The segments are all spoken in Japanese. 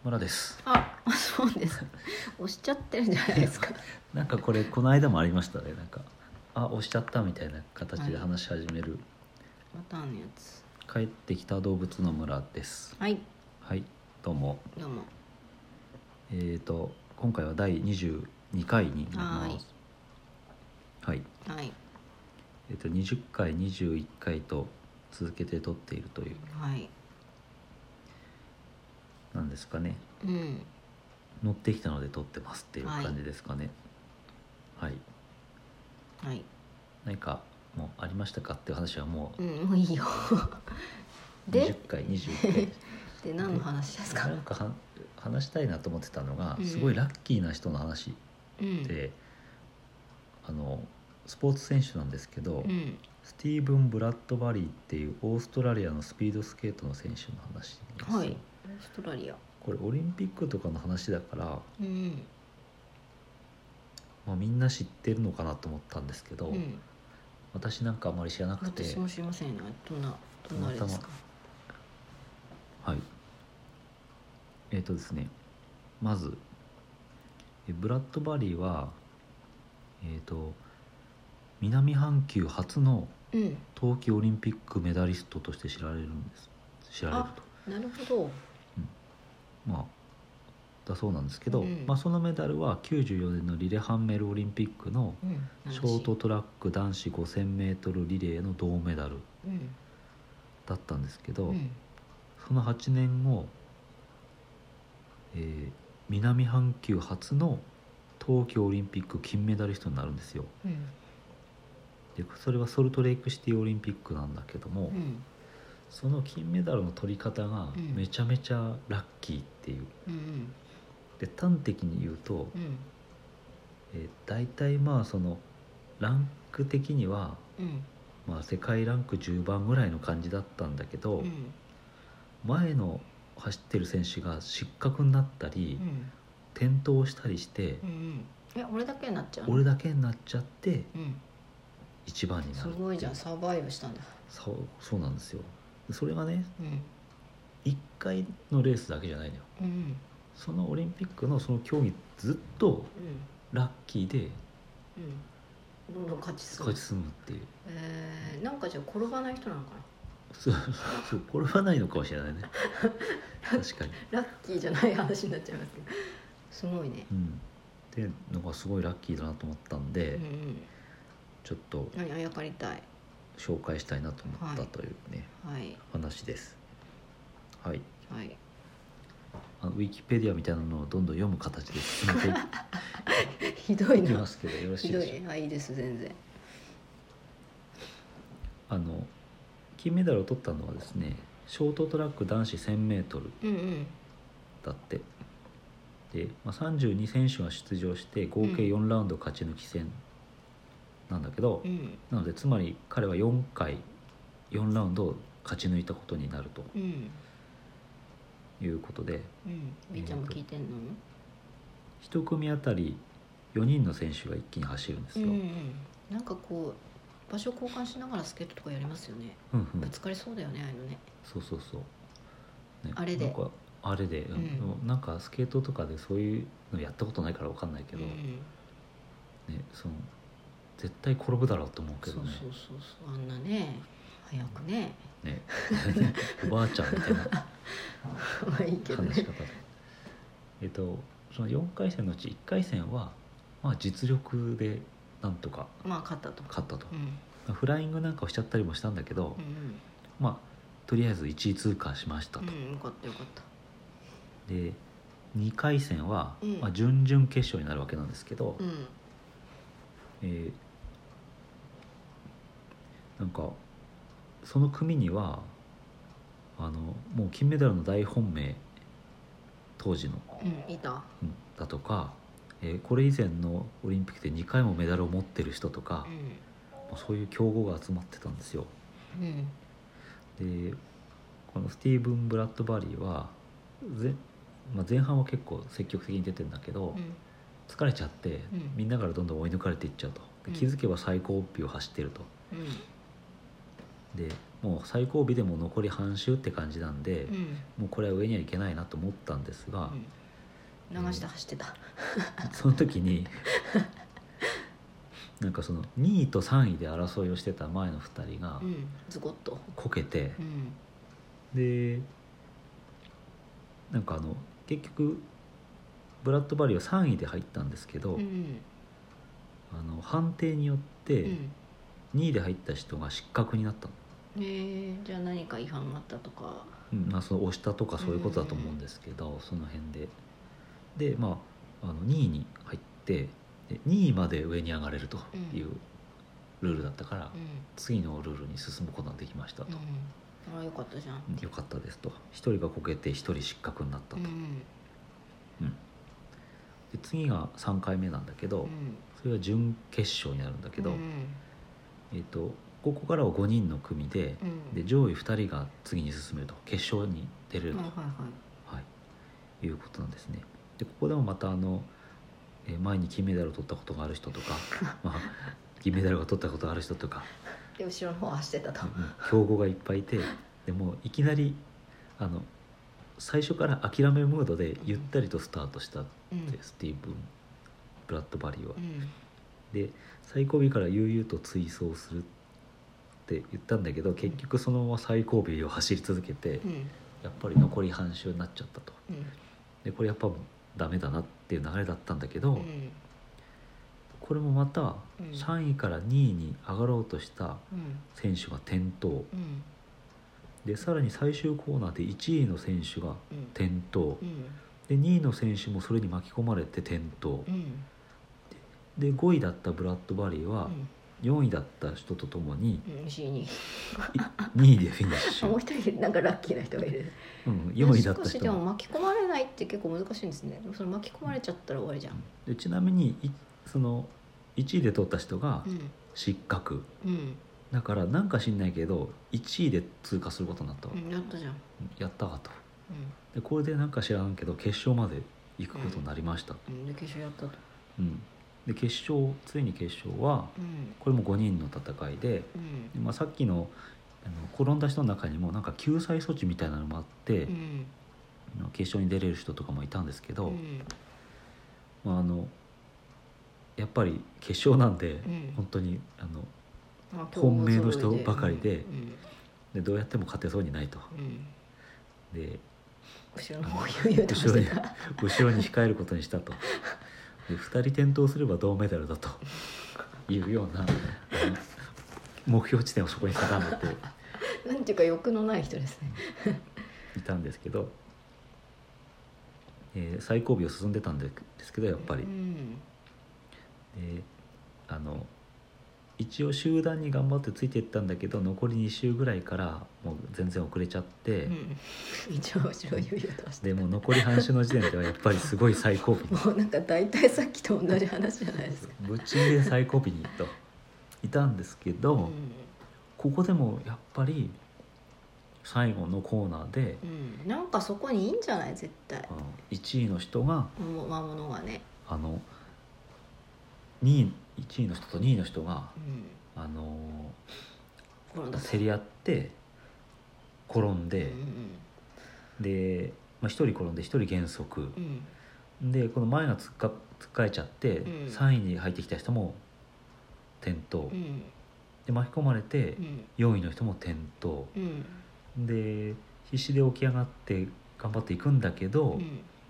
村です。 そうです。押しちゃってるんじゃないですか。 なんかこれこの間もありましたね。なんか押しちゃったみたいな形で話し始める、 パターンのやつ。 帰ってきた動物の村です。 はいどうも。 どうも。 今回は第22回になります。はい、20回21回と続けて撮っているという、なんですかね、乗ってきたので撮ってますっていう感じですかね。はい、何かもうありましたかっていう話はもう、 もういいよで 20回21回で何の話ですか。 なんか話したいなと思ってたのが、すごいラッキーな人の話で、スポーツ選手なんですけど、スティーブン・ブラッドバリーっていうオーストラリアのスピードスケートの選手の話です。 オーストラリア。 これオリンピックとかの話だから、みんな知ってるのかなと思ったんですけど、私なんかあまり知らなくて。 私も知りませんね。どんなあれですか。 ですね、まずブラッドバリーは南半球初の冬季オリンピックメダリストとして知られると。 なるほど。 だそうなんですけど、そのメダルは94年のリレハンメルオリンピックのショートトラック男子 5000m リレーの銅メダルだったんですけど、その8年後、南半球初の冬季オリンピック金メダリストになるんですよ。でそれはソルトレイクシティオリンピックなんだけども、その金メダルの取り方がめちゃめちゃラッキーっていう、で端的に言うと、大体そのランク的には、世界ランク10番ぐらいの感じだったんだけど、前の走ってる選手が失格になったり、転倒したりして、 俺だけになっちゃって、 一番になる。 すごいじゃん、サバイブしたんだ。 そうなんですよ。それがね、1回のレースだけじゃないのよ。そのオリンピックのその競技ずっとラッキーで、 どんどん勝ち進むっていう。 なんかじゃあ転ばない人なのかな。 そう転ばないのかもしれないね確かにラッキーじゃない話になっちゃいますけど、すごいね。 っていうのがすごいラッキーだなと思ったんで、ちょっとあやかりたい、 紹介したいなと思ったというね、話です。ウィキペディアみたいなのをどんどん読む形で進めてひどいな。 いきますけど、よろしいでしょうか。 いいです、全然。 金メダルを取ったのはですね、ショートトラック男子 1000m だって。で、32選手が出場して合計4ラウンド勝ち抜き戦なんだけど、なのでつまり彼は4回4ラウンドを勝ち抜いたことになるということで、 みーちゃんも聞いてんの ？1組あたり4人の選手が一気に走るんですよ。 なんかこう場所交換しながらスケートとかやりますよね。ぶつかりそうだよね、ああいうのね。 そう、ね、 あれでなんかスケートとかでそういうのやったことないから分かんないけど、絶対転ぶだろうと思うけどね。 そうあんなね早くねおばあちゃんみたいないいけどね、 話し方で、その4回戦のうち1回戦は実力でなんとか勝ったと、フライングなんかをしちゃったりもしたんだけど、とりあえず1位通過しましたと。よかったで2回戦は、準々決勝になるわけなんですけど、なんかその組にはもう金メダルの大本命当時の、 いた、 だとか、これ以前のオリンピックで2回もメダルを持ってる人とか、そういう強豪が集まってたんですよ。でこのスティーブン・ブラッドバリーは前半は結構積極的に出てるんだけど、疲れちゃって、みんなからどんどん追い抜かれていっちゃうと。で気づけば最高尾を走ってると。でもう最後尾でも残り半周って感じなんで、もうこれは上にはいけないなと思ったんですが、 流して走ってた、 その時になんかその2位と3位で争いをしてた前の2人がズコッとこけて、でなんか結局ブラッドバリーは3位で入ったんですけど、判定によって2位で入った人が失格になったの。 じゃあ何か違反があったとか、 その押したとかそういうことだと思うんですけど、その辺で2位に入ってで2位まで上に上がれるというルールだったから、次のルールに進むことができましたと。 ああよかったじゃん。 よかったですと。1人がこけて1人失格になったと。で次が3回目なんだけど、それは準決勝になるんだけど、ここからは5人の組で、で上位2人が次に進めると、決勝に出れると、いうことなんですね。でここでもまた前に金メダルを取ったことがある人とか銀メダルを取ったことがある人とかで後ろの方走ってたと、 強豪がいっぱいいて、でもいきなり最初から諦めムードでゆったりとスタートしたって、スティーブン・ブラッドバリーは、で最後尾から悠々と追走するって言ったんだけど、結局そのまま最後尾を走り続けて、やっぱり残り半周になっちゃったと、でこれやっぱダメだなっていう流れだったんだけど、これもまた3位から2位に上がろうとした選手が転倒、でさらに最終コーナーで1位の選手が転倒、で2位の選手もそれに巻き込まれて転倒、で5位だったブラッドバリーは4位だった人とともに2位でフィニッシュ。 もう一人なんかラッキーな人がいる、 4位だった人も。 しかしでも巻き込まれないって結構難しいんですね。それ巻き込まれちゃったら終わりじゃん。 でちなみにその1位で取った人が失格、だからなんか知んないけど1位で通過することになったわ、 やったじゃん、 やったかと、でこれでなんか知らんけど決勝まで行くことになりました、 で決勝やったと、 でついに決勝は、これも5人の戦いで、さっきの転んだ人の中にもなんか救済措置みたいなのもあって、決勝に出れる人とかもいたんですけど、やっぱり決勝なんで、本当に本命の人ばかりで、でどうやっても勝てそうにないと、で後ろの方余裕としてた後ろに控えることにしたと。で2人転倒すれば銅メダルだというような目標地点をそこに定めてなんていうか欲のない人ですねいたんですけど、最後尾を進んでたんですけど、やっぱり、一応集団に頑張ってついていったんだけど、残り2周ぐらいからもう全然遅れちゃって、 一応後ろ余裕としてでもう残り半周の時点ではやっぱりすごい最後尾にもうなんか大体さっきと同じ話じゃないですかぶっちぎりで最後尾にといたんですけど、ここでもやっぱり最後のコーナーで、 なんかそこにいいんじゃない絶対、 1位の人が魔物がね、 1位の人と2位の人が、競り合って転んで、で、1人転んで1人減速、でこの前がつっかえちゃって、3位に入ってきた人も転倒、で巻き込まれて4位の人も転倒、で必死で起き上がって頑張っていくんだけど、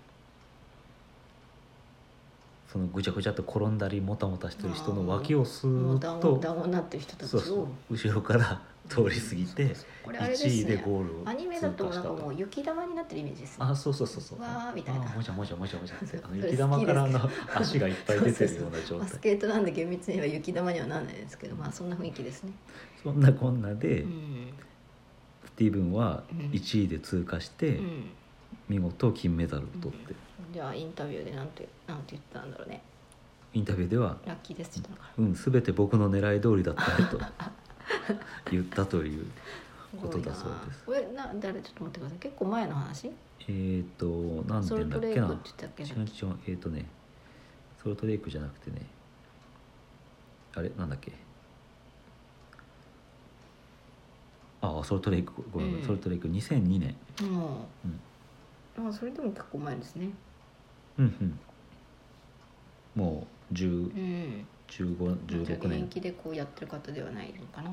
そのぐちゃぐちゃと転んだりもたもたしてる人の脇をスーッと団子になってる人たちを後ろから通り過ぎて1位でゴールを通過したと。 アニメだとなんかもう雪玉になってるイメージですね。 そうわーみたいな、 もじゃもじゃって雪玉から足がいっぱい出てるような状態スケートなんで厳密には雪玉にはならないですけど、そんな雰囲気ですね。 そんなこんなで、スティーブンは1位で通過して、見事金メダルを取って、 じゃあインタビューでなんて言ったんだろうね。 インタビューではラッキーですって言ったのかな、全て僕の狙い通りだったねと言ったということだそうです。 これ誰ちょっと待ってください。結構前の話？ なんて言うんだっけな。 ソルトレイクって言ったっけ？ 違うソルトレイクじゃなくてね、あれなんだっけ、 ああソルトレイクごめん、ソルトレイク2002年。 あそれでも結構前ですね。 もう10、15、16年。 現役でこうやってる方ではないのかな。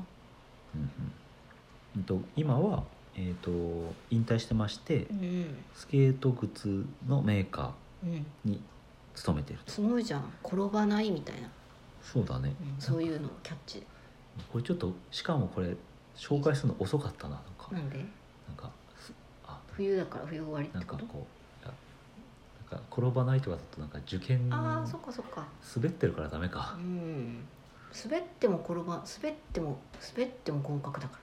今は、引退してまして、スケート靴のメーカーに勤めてるすごいじゃん、転ばないみたいな。 そうだね、 そういうのをキャッチ。 これちょっとしかもこれ紹介するの遅かったな。 なんで？ なんか冬だから冬終わりってこと？ なんかこうなんか転ばないとかだとなんか受験そっかそっか滑ってるからダメか。 滑っても滑っても合格だから。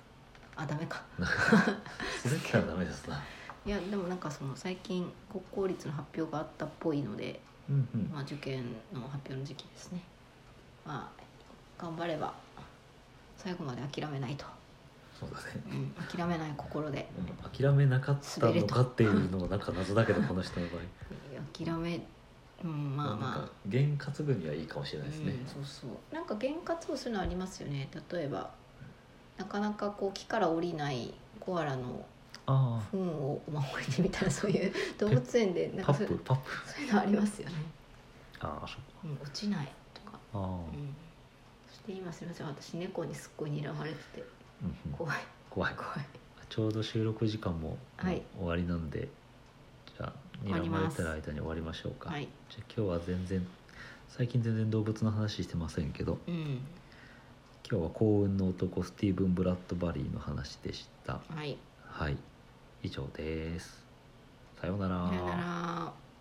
ダメか滑ったらダメですな。 いやでもなんかその最近国公立の発表があったっぽいので、受験の発表の時期ですね。頑張れば最後まで諦めないと。 そうだね、 諦めない心で、 諦めなかったのかっていうのもなんか謎だけどこの人の場合諦め験担ぐにはいいかもしれないですね。 そうなんか験担をするのありますよね。例えばなかなかこう木から降りないコアラの糞をお守りにみたいな、そういう動物園でなんかそういうのありますよね。落ちないとか。そして今すみません、私猫にすっごい睨まれてて怖い。 ちょうど収録時間も終わりなんで、じゃあ睨まれてる間に終わりましょうか。じゃあ今日は最近全然動物の話してませんけど、今日は幸運の男スティーブン・ブラッドバリーの話でした。以上です。さようなら。